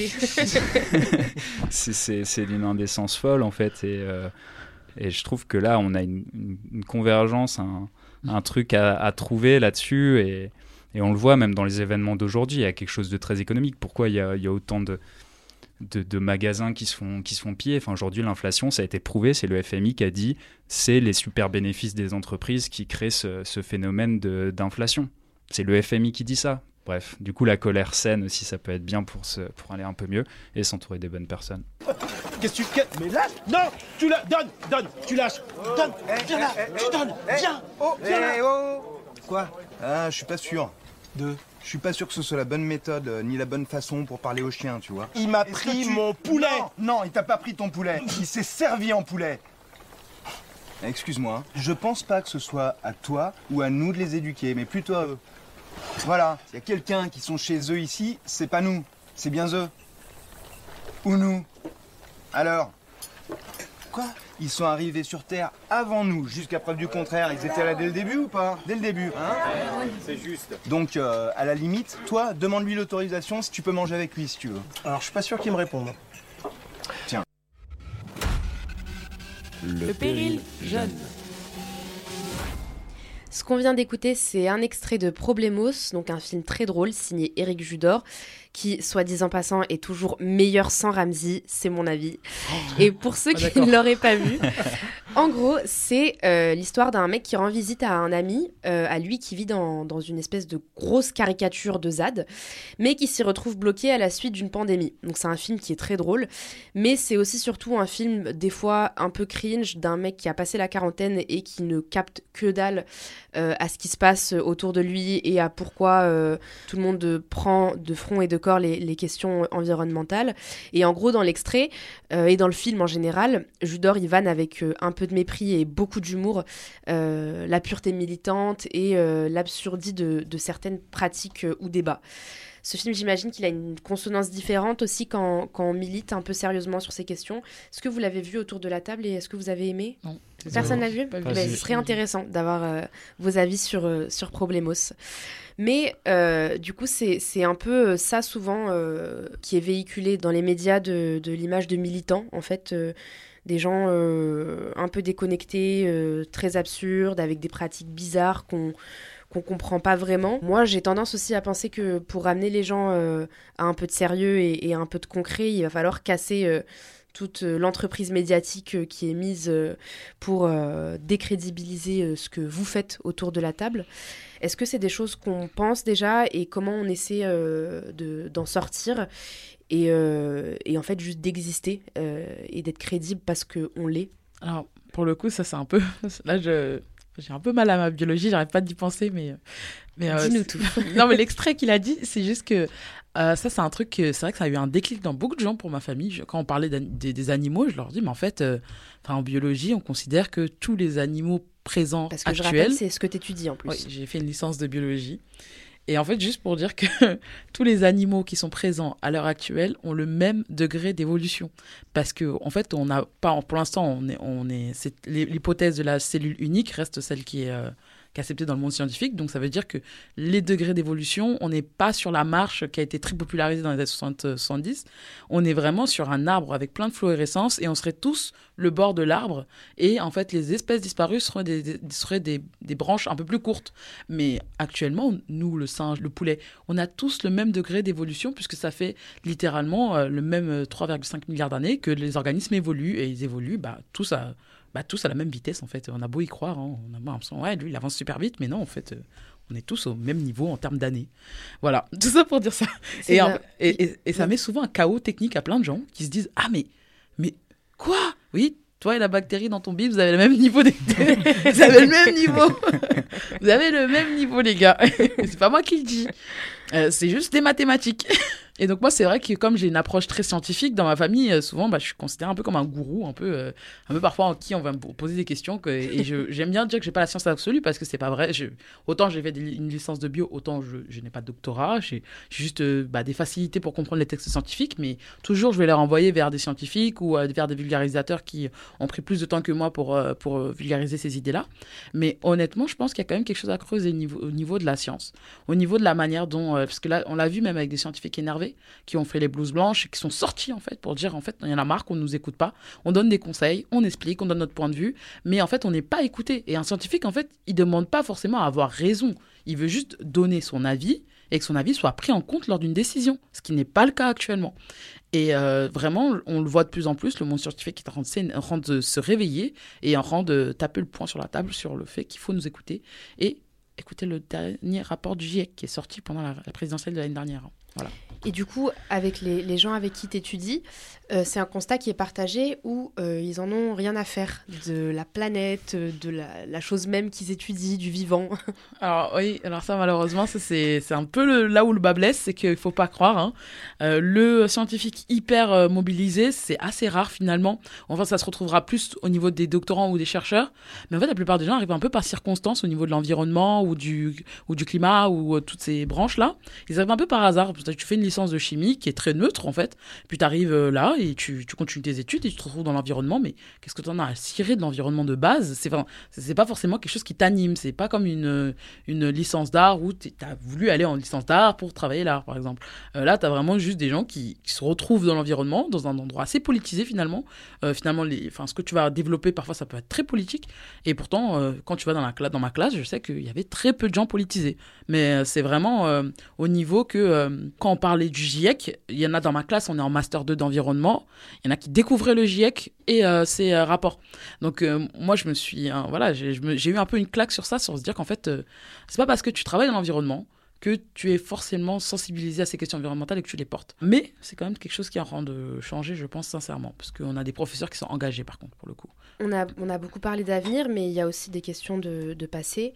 C'est d'une indécence folle, en fait. Et je trouve que là, on a une convergence, un truc à trouver là-dessus. Et on le voit même dans les événements d'aujourd'hui. Il y a quelque chose de très économique. Pourquoi il y a autant de magasins qui se font piller. Enfin, aujourd'hui, l'inflation, ça a été prouvé, c'est le FMI qui a dit c'est les super bénéfices des entreprises qui créent ce phénomène d'inflation. C'est le FMI qui dit ça. Bref, du coup, la colère saine aussi, ça peut être bien pour aller un peu mieux et s'entourer des bonnes personnes. Qu'est-ce que tu... Mais lâche. Non, tu la donne, tu lâches. Donne, viens là, tu donnes, viens. Viens là. Quoi ? Ah, je suis pas sûr. Je suis pas sûr que ce soit la bonne méthode, ni la bonne façon pour parler au chien, tu vois. Il m'a pris mon poulet. Non, il t'a pas pris ton poulet. Il s'est servi en poulet. Excuse-moi, je pense pas que ce soit à toi ou à nous de les éduquer, mais plutôt à eux. Voilà, s'il y a quelqu'un qui sont chez eux ici, c'est pas nous, c'est bien eux. Ou nous. Alors ? Quoi ? Ils sont arrivés sur Terre avant nous, jusqu'à preuve du contraire. Ils étaient là dès le début ou pas ? Dès le début, hein ? C'est juste. Donc, à la limite, toi, demande-lui l'autorisation si tu peux manger avec lui, si tu veux. Alors, je suis pas sûr qu'il me réponde. Tiens. Le péril jeune. Ce qu'on vient d'écouter, c'est un extrait de Problemos, donc un film très drôle signé Éric Judor, qui, soit dit en passant, est toujours meilleur sans Ramzy, c'est mon avis. Et pour ceux qui ne l'auraient pas vu, en gros, c'est l'histoire d'un mec qui rend visite à un ami, à lui qui vit dans une espèce de grosse caricature de ZAD, mais qui s'y retrouve bloqué à la suite d'une pandémie. Donc c'est un film qui est très drôle, mais c'est aussi surtout un film des fois un peu cringe d'un mec qui a passé la quarantaine et qui ne capte que dalle à ce qui se passe autour de lui et à pourquoi tout le monde prend de front et de corps les questions environnementales. Et en gros, dans l'extrait et dans le film en général, Judor il vanne avec un peu de mépris et beaucoup d'humour la pureté militante et l'absurdie de certaines pratiques ou débats. Ce film, j'imagine qu'il a une consonance différente aussi quand on milite un peu sérieusement sur ces questions. Est-ce que vous l'avez vu autour de la table et est-ce que vous avez aimé ? Non. Personne l'a vu ? Ce serait intéressant d'avoir vos avis sur Problemos. Mais du coup, c'est un peu ça souvent qui est véhiculé dans les médias de l'image de militants, en fait. Des gens un peu déconnectés, très absurdes, avec des pratiques bizarres qu'on comprend pas vraiment. Moi, j'ai tendance aussi à penser que pour ramener les gens à un peu de sérieux et un peu de concret, il va falloir casser toute l'entreprise médiatique qui est mise pour décrédibiliser ce que vous faites autour de la table. Est-ce que c'est des choses qu'on pense déjà et comment on essaie d'en sortir et en fait juste d'exister d'être crédible parce qu'on l'est? Alors, pour le coup, ça c'est un peu... Là, j'ai un peu mal à ma biologie, j'arrête pas d'y penser, mais dis-nous tout. Non, mais l'extrait qu'il a dit, c'est juste que ça, c'est un truc c'est vrai que ça a eu un déclic dans beaucoup de gens pour ma famille. Quand on parlait des animaux, je leur dis, mais en fait, en biologie, on considère que tous les animaux présents Parce que actuels... je rappelle, c'est ce que tu étudies en plus. Oui, j'ai fait une licence de biologie. Et en fait, juste pour dire que tous les animaux qui sont présents à l'heure actuelle ont le même degré d'évolution. Parce qu'en fait, on n'a pas, pour l'instant, l'hypothèse de la cellule unique reste celle qui est acceptée dans le monde scientifique. Donc, ça veut dire que les degrés d'évolution, on n'est pas sur la marche qui a été très popularisée dans les années 60-70. On est vraiment sur un arbre avec plein de fluorescence et on serait tous le bord de l'arbre. Et en fait, les espèces disparues seraient des branches un peu plus courtes. Mais actuellement, nous, le singe, le poulet, on a tous le même degré d'évolution puisque ça fait littéralement le même 3,5 milliards d'années que les organismes évoluent. Et ils évoluent tous à la même vitesse, en fait. On a beau y croire, hein. On a l'impression, ouais, lui, il avance super vite, mais non, en fait, on est tous au même niveau en termes d'années. Voilà, tout ça pour dire ça. Et ça met souvent un chaos technique à plein de gens qui se disent, ah, mais quoi? Oui, toi et la bactérie dans ton bide, vous avez le même niveau. Vous avez le même niveau. Vous avez le même niveau, les gars. C'est pas moi qui le dis. C'est juste des mathématiques. Et donc moi, c'est vrai que comme j'ai une approche très scientifique dans ma famille, souvent, je suis considérée un peu comme un gourou, un peu parfois en qui on va me poser des questions. Et j'aime bien dire que j'ai pas la science absolue parce que c'est pas vrai. Autant j'ai fait une licence de bio, autant je n'ai pas de doctorat. J'ai juste des facilités pour comprendre les textes scientifiques, mais toujours je vais les renvoyer vers des scientifiques ou vers des vulgarisateurs qui ont pris plus de temps que moi pour vulgariser ces idées-là. Mais honnêtement, je pense qu'il y a quand même quelque chose à creuser au niveau de la science, au niveau de la manière dont... parce que là, on l'a vu même avec des scientifiques énervés qui ont fait les blouses blanches et qui sont sortis en fait pour dire en fait il y en a marre qu'on ne nous écoute pas, on donne des conseils, on explique, on donne notre point de vue, mais en fait on n'est pas écouté. Et un scientifique en fait il demande pas forcément à avoir raison, il veut juste donner son avis et que son avis soit pris en compte lors d'une décision, ce qui n'est pas le cas actuellement. Et vraiment, on le voit de plus en plus, le monde scientifique est en train de se réveiller et en train de taper le poing sur la table sur le fait qu'il faut nous écouter. Et écoutez le dernier rapport du GIEC qui est sorti pendant la présidentielle de l'année dernière. Voilà. Et du coup, avec les gens avec qui tu étudies, c'est un constat qui est partagé où ils en ont rien à faire de la planète, de la chose même qu'ils étudient, du vivant. Alors oui, alors ça malheureusement, c'est un peu là où le bas blesse, c'est qu'il ne faut pas croire. Hein. Le scientifique hyper mobilisé, c'est assez rare finalement. Enfin, ça se retrouvera plus au niveau des doctorants ou des chercheurs. Mais en fait, la plupart des gens arrivent un peu par circonstance au niveau de l'environnement ou du climat ou toutes ces branches-là. Ils arrivent un peu par hasard. Tu fais une licence de chimie qui est très neutre en fait, puis tu arrives là et tu continues tes études et tu te retrouves dans l'environnement, mais qu'est-ce que tu en as à cirer de l'environnement de base? C'est pas forcément quelque chose qui t'anime, c'est pas comme une licence d'art où tu as voulu aller en licence d'art pour travailler l'art par exemple. Là tu as vraiment juste des gens qui se retrouvent dans l'environnement, dans un endroit assez politisé finalement. Ce que tu vas développer parfois ça peut être très politique et pourtant quand tu vas dans ma classe, je sais qu'il y avait très peu de gens politisés, mais c'est vraiment au niveau que quand on parlait du GIEC, il y en a dans ma classe, on est en master 2 d'environnement, il y en a qui découvraient le GIEC et ses rapports. Donc moi je me suis j'ai eu un peu une claque sur ça, sur se dire qu'en fait c'est pas parce que tu travailles dans l'environnement que tu es forcément sensibilisé à ces questions environnementales et que tu les portes. Mais c'est quand même quelque chose qui est en train de changer, je pense sincèrement, parce qu'on a des professeurs qui sont engagés par contre, pour le coup. On a beaucoup parlé d'avenir, mais il y a aussi des questions de passé.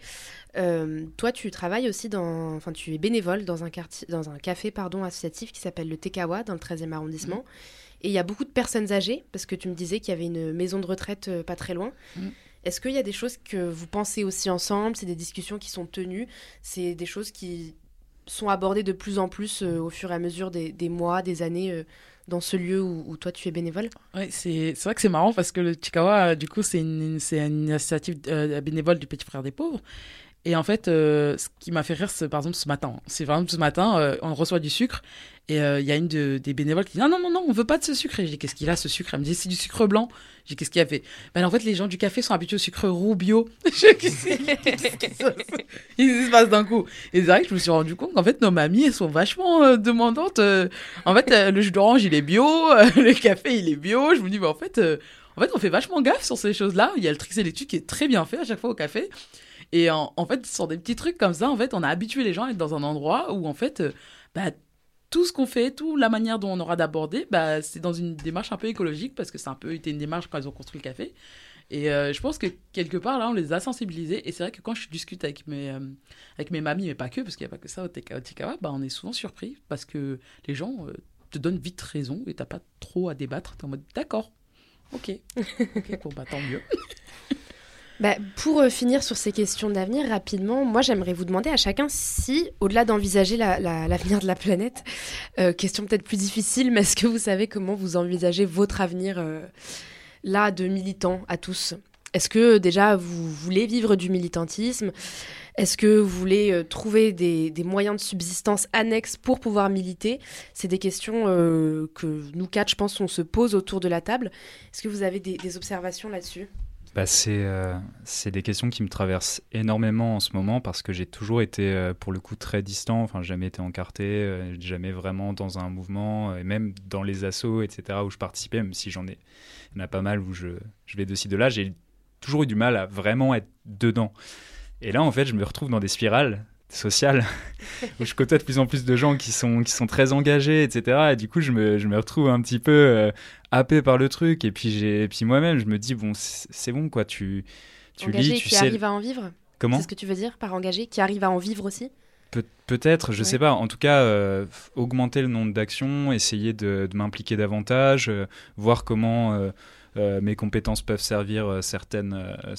Toi, tu travailles aussi tu es bénévole dans un café associatif qui s'appelle le Tekawa, dans le 13e arrondissement. Et il y a beaucoup de personnes âgées, parce que tu me disais qu'il y avait une maison de retraite pas très loin. Est-ce qu'il y a des choses que vous pensez aussi ensemble? C'est des discussions qui sont tenues? C'est des choses qui sont abordées de plus en plus au fur et à mesure des mois, des années dans ce lieu où toi tu es bénévole? Oui, c'est vrai que c'est marrant parce que le Tekawa, du coup, c'est une initiative bénévole du Petit Frère des Pauvres. Et en fait, ce qui m'a fait rire, c'est par exemple ce matin, on reçoit du sucre et il y a une des bénévoles qui dit non, on veut pas de ce sucre. Et je dis qu'est-ce qu'il a ce sucre? Elle me dit c'est du sucre blanc. Je dis qu'est-ce qu'il a fait? En fait, les gens du café sont habitués au sucre roux bio. Qu'est-ce qui se passe d'un coup? Et c'est vrai que je me suis rendu compte qu'en fait, nos mamies, elles sont vachement demandantes. En fait, le jus d'orange, il est bio, le café, il est bio. Je me dis, en fait, on fait vachement gaffe sur ces choses-là. Il y a le tri sélectif qui est très bien fait à chaque fois au café. Et en fait, sur des petits trucs comme ça, en fait, on a habitué les gens à être dans un endroit où, en fait, tout ce qu'on fait, toute la manière dont on aura d'aborder, c'est dans une démarche un peu écologique, parce que c'est un peu été une démarche quand ils ont construit le café. Et je pense que quelque part, là, on les a sensibilisés. Et c'est vrai que quand je discute avec mes mamies, mais pas que, parce qu'il n'y a pas que ça au Tikawa, on est souvent surpris, parce que les gens te donnent vite raison et tu n'as pas trop à débattre. Tu es en mode, d'accord, ok, bon, tant mieux. Pour finir sur ces questions d'avenir, rapidement, moi j'aimerais vous demander à chacun si, au-delà d'envisager l'avenir de la planète, question peut-être plus difficile, mais est-ce que vous savez comment vous envisagez votre avenir là de militants à tous ? Est-ce que déjà vous voulez vivre du militantisme ? Est-ce que vous voulez trouver des moyens de subsistance annexes pour pouvoir militer ? C'est des questions que nous quatre, je pense, on se pose autour de la table. Est-ce que vous avez des observations là-dessus ? C'est des questions qui me traversent énormément en ce moment parce que j'ai toujours été pour le coup très distant, jamais été encarté, jamais vraiment dans un mouvement, et même dans les assos, etc. où je participais, même si il y en a pas mal où je vais de ci de là, j'ai toujours eu du mal à vraiment être dedans. Et là en fait je me retrouve dans des spirales sociales où je côtoie de plus en plus de gens qui sont très engagés, etc. Et du coup je me retrouve un petit peu happé par le truc, et puis moi-même je me dis bon c'est bon quoi, tu engagé, lis, tu qui sais... arrive à en vivre. Comment ? C'est ce que tu veux dire par engagé, qui arrive à en vivre aussi ? Peut-être, je sais pas. En tout cas, augmenter le nombre d'actions, essayer de m'impliquer davantage, voir comment mes compétences peuvent servir certaines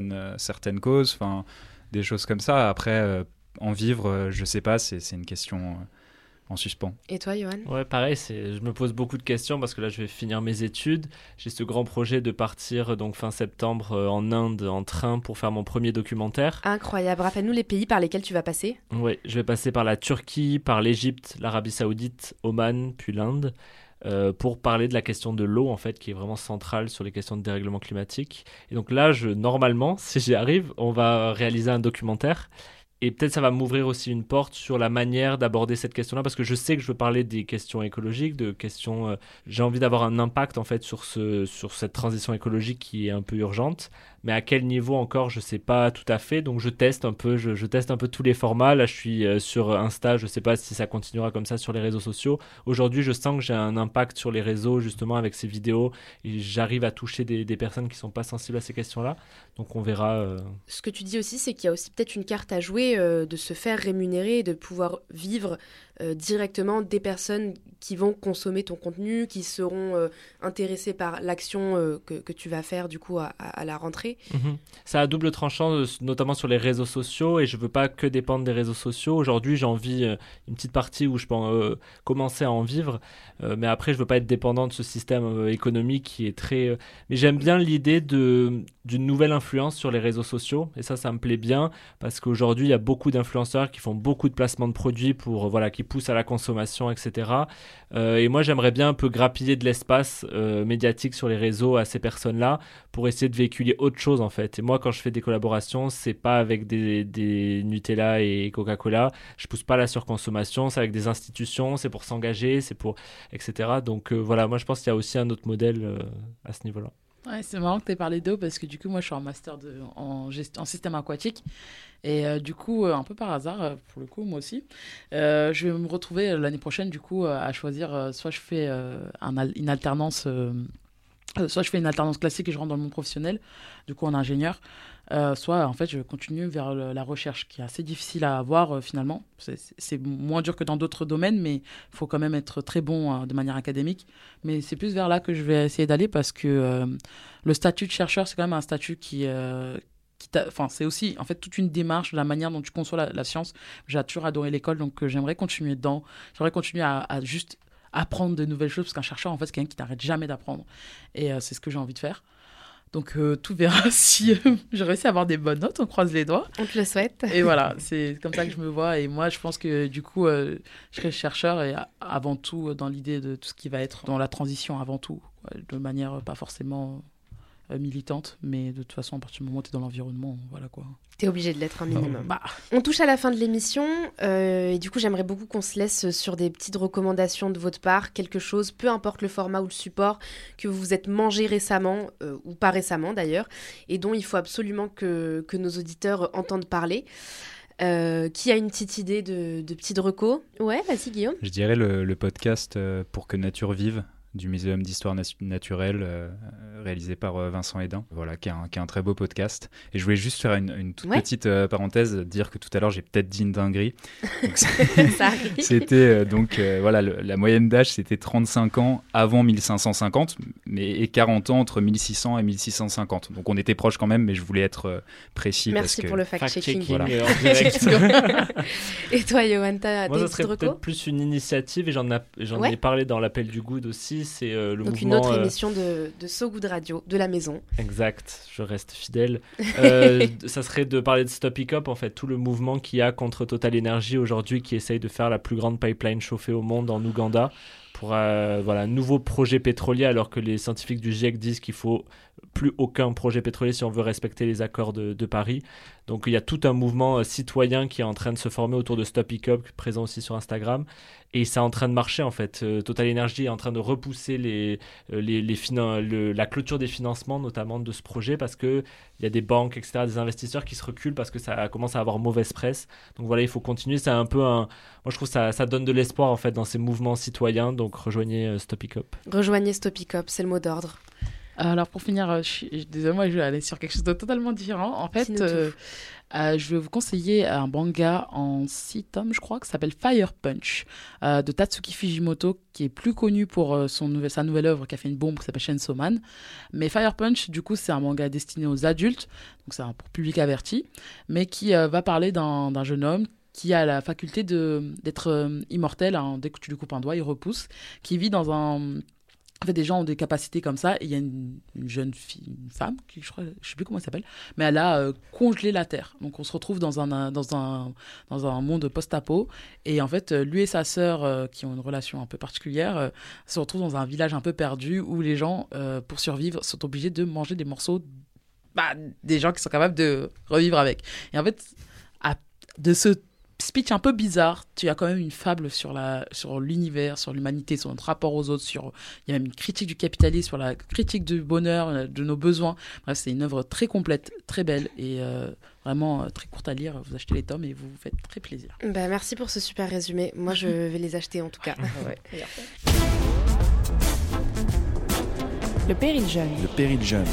causes, des choses comme ça. Après, en vivre, je sais pas, c'est une question en suspens. Et toi, Johan ? Ouais, pareil, je me pose beaucoup de questions parce que là, je vais finir mes études. J'ai ce grand projet de partir donc fin septembre en Inde en train pour faire mon premier documentaire. Incroyable. Rappelle-nous les pays par lesquels tu vas passer. Oui, je vais passer par la Turquie, par l'Égypte, l'Arabie Saoudite, Oman, puis l'Inde. Pour parler de la question de l'eau, en fait, qui est vraiment centrale sur les questions de dérèglement climatique. Et donc là, normalement, si j'y arrive, on va réaliser un documentaire. Et peut-être ça va m'ouvrir aussi une porte sur la manière d'aborder cette question-là, parce que je sais que je veux parler des questions écologiques, de questions... j'ai envie d'avoir un impact, en fait, sur cette transition écologique qui est un peu urgente. Mais à quel niveau encore, je ne sais pas tout à fait. Donc je teste un peu, je teste un peu tous les formats. Là, je suis sur Insta. Je ne sais pas si ça continuera comme ça sur les réseaux sociaux. Aujourd'hui, je sens que j'ai un impact sur les réseaux, justement, avec ces vidéos. Et j'arrive à toucher des personnes qui ne sont pas sensibles à ces questions-là. Donc on verra. Ce que tu dis aussi, c'est qu'il y a aussi peut-être une carte à jouer de se faire rémunérer et de pouvoir vivre directement des personnes qui vont consommer ton contenu, qui seront intéressées par l'action que tu vas faire du coup à la rentrée. Ça a double tranchant, notamment sur les réseaux sociaux, et je veux pas que dépendre des réseaux sociaux. Aujourd'hui, j'ai envie une petite partie où je peux commencer à en vivre, mais après, je veux pas être dépendant de ce système économique qui est très... Mais j'aime bien l'idée d'une nouvelle influence sur les réseaux sociaux, et ça me plaît bien, parce qu'aujourd'hui, il y a beaucoup d'influenceurs qui font beaucoup de placements de produits pour, qui poussent à la consommation, etc. Et moi, j'aimerais bien un peu grappiller de l'espace médiatique sur les réseaux à ces personnes-là pour essayer de véhiculer autre chose, en fait. Et moi, quand je fais des collaborations, c'est pas avec des Nutella et Coca-Cola. Je pousse pas à la surconsommation, c'est avec des institutions, c'est pour s'engager, c'est pour... etc. Donc moi, je pense qu'il y a aussi un autre modèle à ce niveau-là. Ouais, c'est marrant que tu aies parlé d'eau parce que du coup, moi, je suis en master en système aquatique. Et du coup, un peu par hasard, pour le coup, moi aussi, je vais me retrouver l'année prochaine, du coup, à choisir soit je fais une alternance... soit je fais une alternance classique et je rentre dans le monde professionnel, du coup en ingénieur, soit en fait je continue vers la recherche qui est assez difficile à avoir finalement. C'est moins dur que dans d'autres domaines, mais il faut quand même être très bon de manière académique. Mais c'est plus vers là que je vais essayer d'aller parce que le statut de chercheur, c'est quand même un statut c'est aussi en fait toute une démarche, la manière dont tu conçois la science. J'ai toujours adoré l'école, donc j'aimerais continuer dedans. J'aimerais continuer à juste apprendre de nouvelles choses, parce qu'un chercheur, en fait, c'est quelqu'un qui n'arrête jamais d'apprendre. Et c'est ce que j'ai envie de faire. Donc, tout verra si j'ai réussi à avoir des bonnes notes. On croise les doigts. On te le souhaite. Et voilà, c'est comme ça que je me vois. Et moi, je pense que, du coup, je serai chercheur et avant tout dans l'idée de tout ce qui va être dans la transition, avant tout, de manière pas forcément militante, mais de toute façon, à partir du moment où tu es dans l'environnement, voilà quoi. T'es obligé de l'être un minimum. On touche à la fin de l'émission et du coup j'aimerais beaucoup qu'on se laisse sur des petites recommandations de votre part, quelque chose, peu importe le format ou le support, que vous vous êtes mangé récemment ou pas récemment d'ailleurs, et dont il faut absolument que nos auditeurs entendent parler. Qui a une petite idée de petite reco? Ouais, vas-y Guillaume. Je dirais le podcast Pour que Nature vive du Muséum d'Histoire Naturelle réalisé par Vincent Hédin, voilà, qui est un très beau podcast. Et je voulais juste faire une toute petite parenthèse, dire que tout à l'heure j'ai peut-être dit une dinguerie. Donc, Ça arrive. c'était voilà, la moyenne d'âge c'était 35 ans avant 1550 et 40 ans entre 1600 et 1650. Donc on était proches quand même, mais je voulais être précis. Merci parce que... pour le fact-checking. Voilà. En direct. Et toi Yoann, t'as Moi, des ça serait petites peut-être recos? plus une initiative, et j'en ai parlé dans l'appel du Good aussi. C'est le Donc mouvement. une autre émission de So Good Radio, de la maison. Exact, je reste fidèle. Ça serait de parler de Stop Hiccup, en fait, tout le mouvement qu'il y a contre Total Energy aujourd'hui, qui essaye de faire la plus grande pipeline chauffée au monde en Ouganda pour un nouveau projet pétrolier, alors que les scientifiques du GIEC disent qu'il faut plus aucun projet pétrolier si on veut respecter les accords de Paris. Donc il y a tout un mouvement citoyen qui est en train de se former autour de Stop Hiccup, présent aussi sur Instagram, et c'est en train de marcher en fait. Total Energy est en train de repousser la clôture des financements, notamment de ce projet, parce qu'il y a des banques, etc., des investisseurs qui se reculent parce que ça commence à avoir mauvaise presse. Donc voilà, il faut continuer. C'est un peu moi je trouve que ça donne de l'espoir en fait dans ces mouvements citoyens. Donc rejoignez Stop Hiccup. Rejoignez Stop Hiccup, c'est le mot d'ordre. Alors pour finir, désolé, moi je vais aller sur quelque chose de totalement différent. En fait, je vais vous conseiller un manga en 6 tomes, je crois, qui s'appelle Fire Punch, de Tatsuki Fujimoto, qui est plus connu pour sa nouvelle œuvre qui a fait une bombe, qui s'appelle Chainsaw Man. Mais Fire Punch, du coup, c'est un manga destiné aux adultes, donc c'est un pour public averti, mais qui va parler d'un jeune homme qui a la faculté d'être immortel, hein, dès que tu lui coupes un doigt, il repousse, qui vit dans un... En fait, des gens ont des capacités comme ça, et il y a une jeune fille, une femme, qui, je sais plus comment elle s'appelle, mais elle a congelé la Terre. Donc on se retrouve dans un monde post-apo, et en fait, lui et sa sœur, qui ont une relation un peu particulière, se retrouvent dans un village un peu perdu, où les gens, pour survivre, sont obligés de manger des morceaux des gens qui sont capables de revivre avec. Et en fait, de ce speech un peu bizarre, tu as quand même une fable sur l'univers, sur l'humanité, sur notre rapport aux autres, il y a même une critique du capitalisme, sur la critique du bonheur, de nos besoins. Bref, c'est une œuvre très complète, très belle et vraiment très courte à lire. Vous achetez les tomes et vous vous faites très plaisir. Merci pour ce super résumé. Moi, je vais les acheter en tout cas. Ouais. Le Péril Jeune. Le Péril Jeune.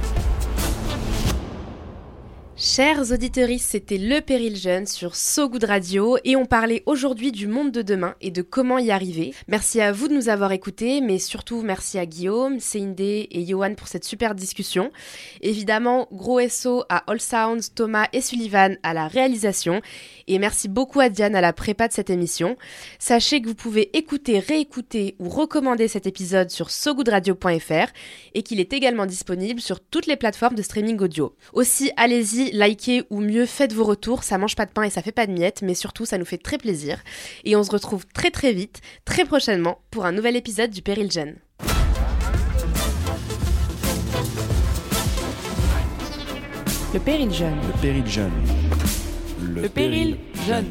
Chers auditeurs, c'était Le Péril Jeune sur So Good Radio et on parlait aujourd'hui du monde de demain et de comment y arriver. Merci à vous de nous avoir écoutés, mais surtout merci à Guillaume, Céindé et Yoann pour cette super discussion. Évidemment, gros SO à All Sounds, Thomas et Sullivan à la réalisation et merci beaucoup à Diane à la prépa de cette émission. Sachez que vous pouvez écouter, réécouter ou recommander cet épisode sur sogoodradio.fr et qu'il est également disponible sur toutes les plateformes de streaming audio. Aussi, allez-y, likez ou mieux faites vos retours, ça mange pas de pain et ça fait pas de miettes, mais surtout ça nous fait très plaisir. Et on se retrouve très très vite, très prochainement, pour un nouvel épisode du Péril Jeune. Le Péril Jeune. Le Péril Jeune. Le Péril Jeune.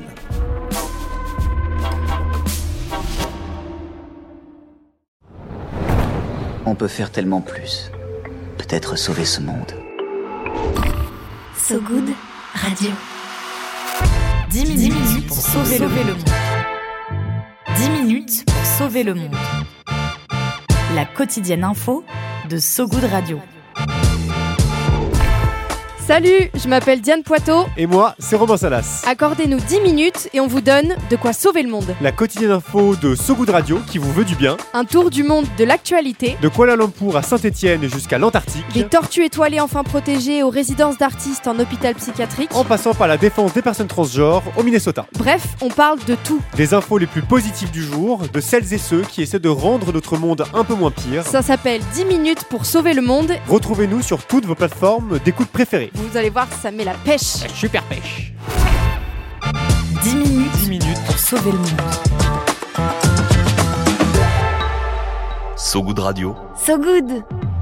On peut faire tellement plus. Peut-être sauver ce monde. So Good Radio. 10 minutes pour sauver le monde. 10 minutes pour sauver le monde. La quotidienne info de So Good Radio. Salut, je m'appelle Diane Poitot. Et moi, c'est Romain Salas. Accordez-nous 10 minutes et on vous donne de quoi sauver le monde. La quotidienne info de So Good Radio qui vous veut du bien. Un tour du monde de l'actualité. De Kuala Lumpur à Saint-Étienne jusqu'à l'Antarctique. Des tortues étoilées enfin protégées aux résidences d'artistes en hôpital psychiatrique. En passant par la défense des personnes transgenres au Minnesota. Bref, on parle de tout. Des infos les plus positives du jour, de celles et ceux qui essaient de rendre notre monde un peu moins pire. Ça s'appelle 10 minutes pour sauver le monde. Retrouvez-nous sur toutes vos plateformes d'écoute préférées. Vous allez voir, ça met la pêche. Super pêche. 10 minutes pour sauver le monde. So Good Radio. So Good.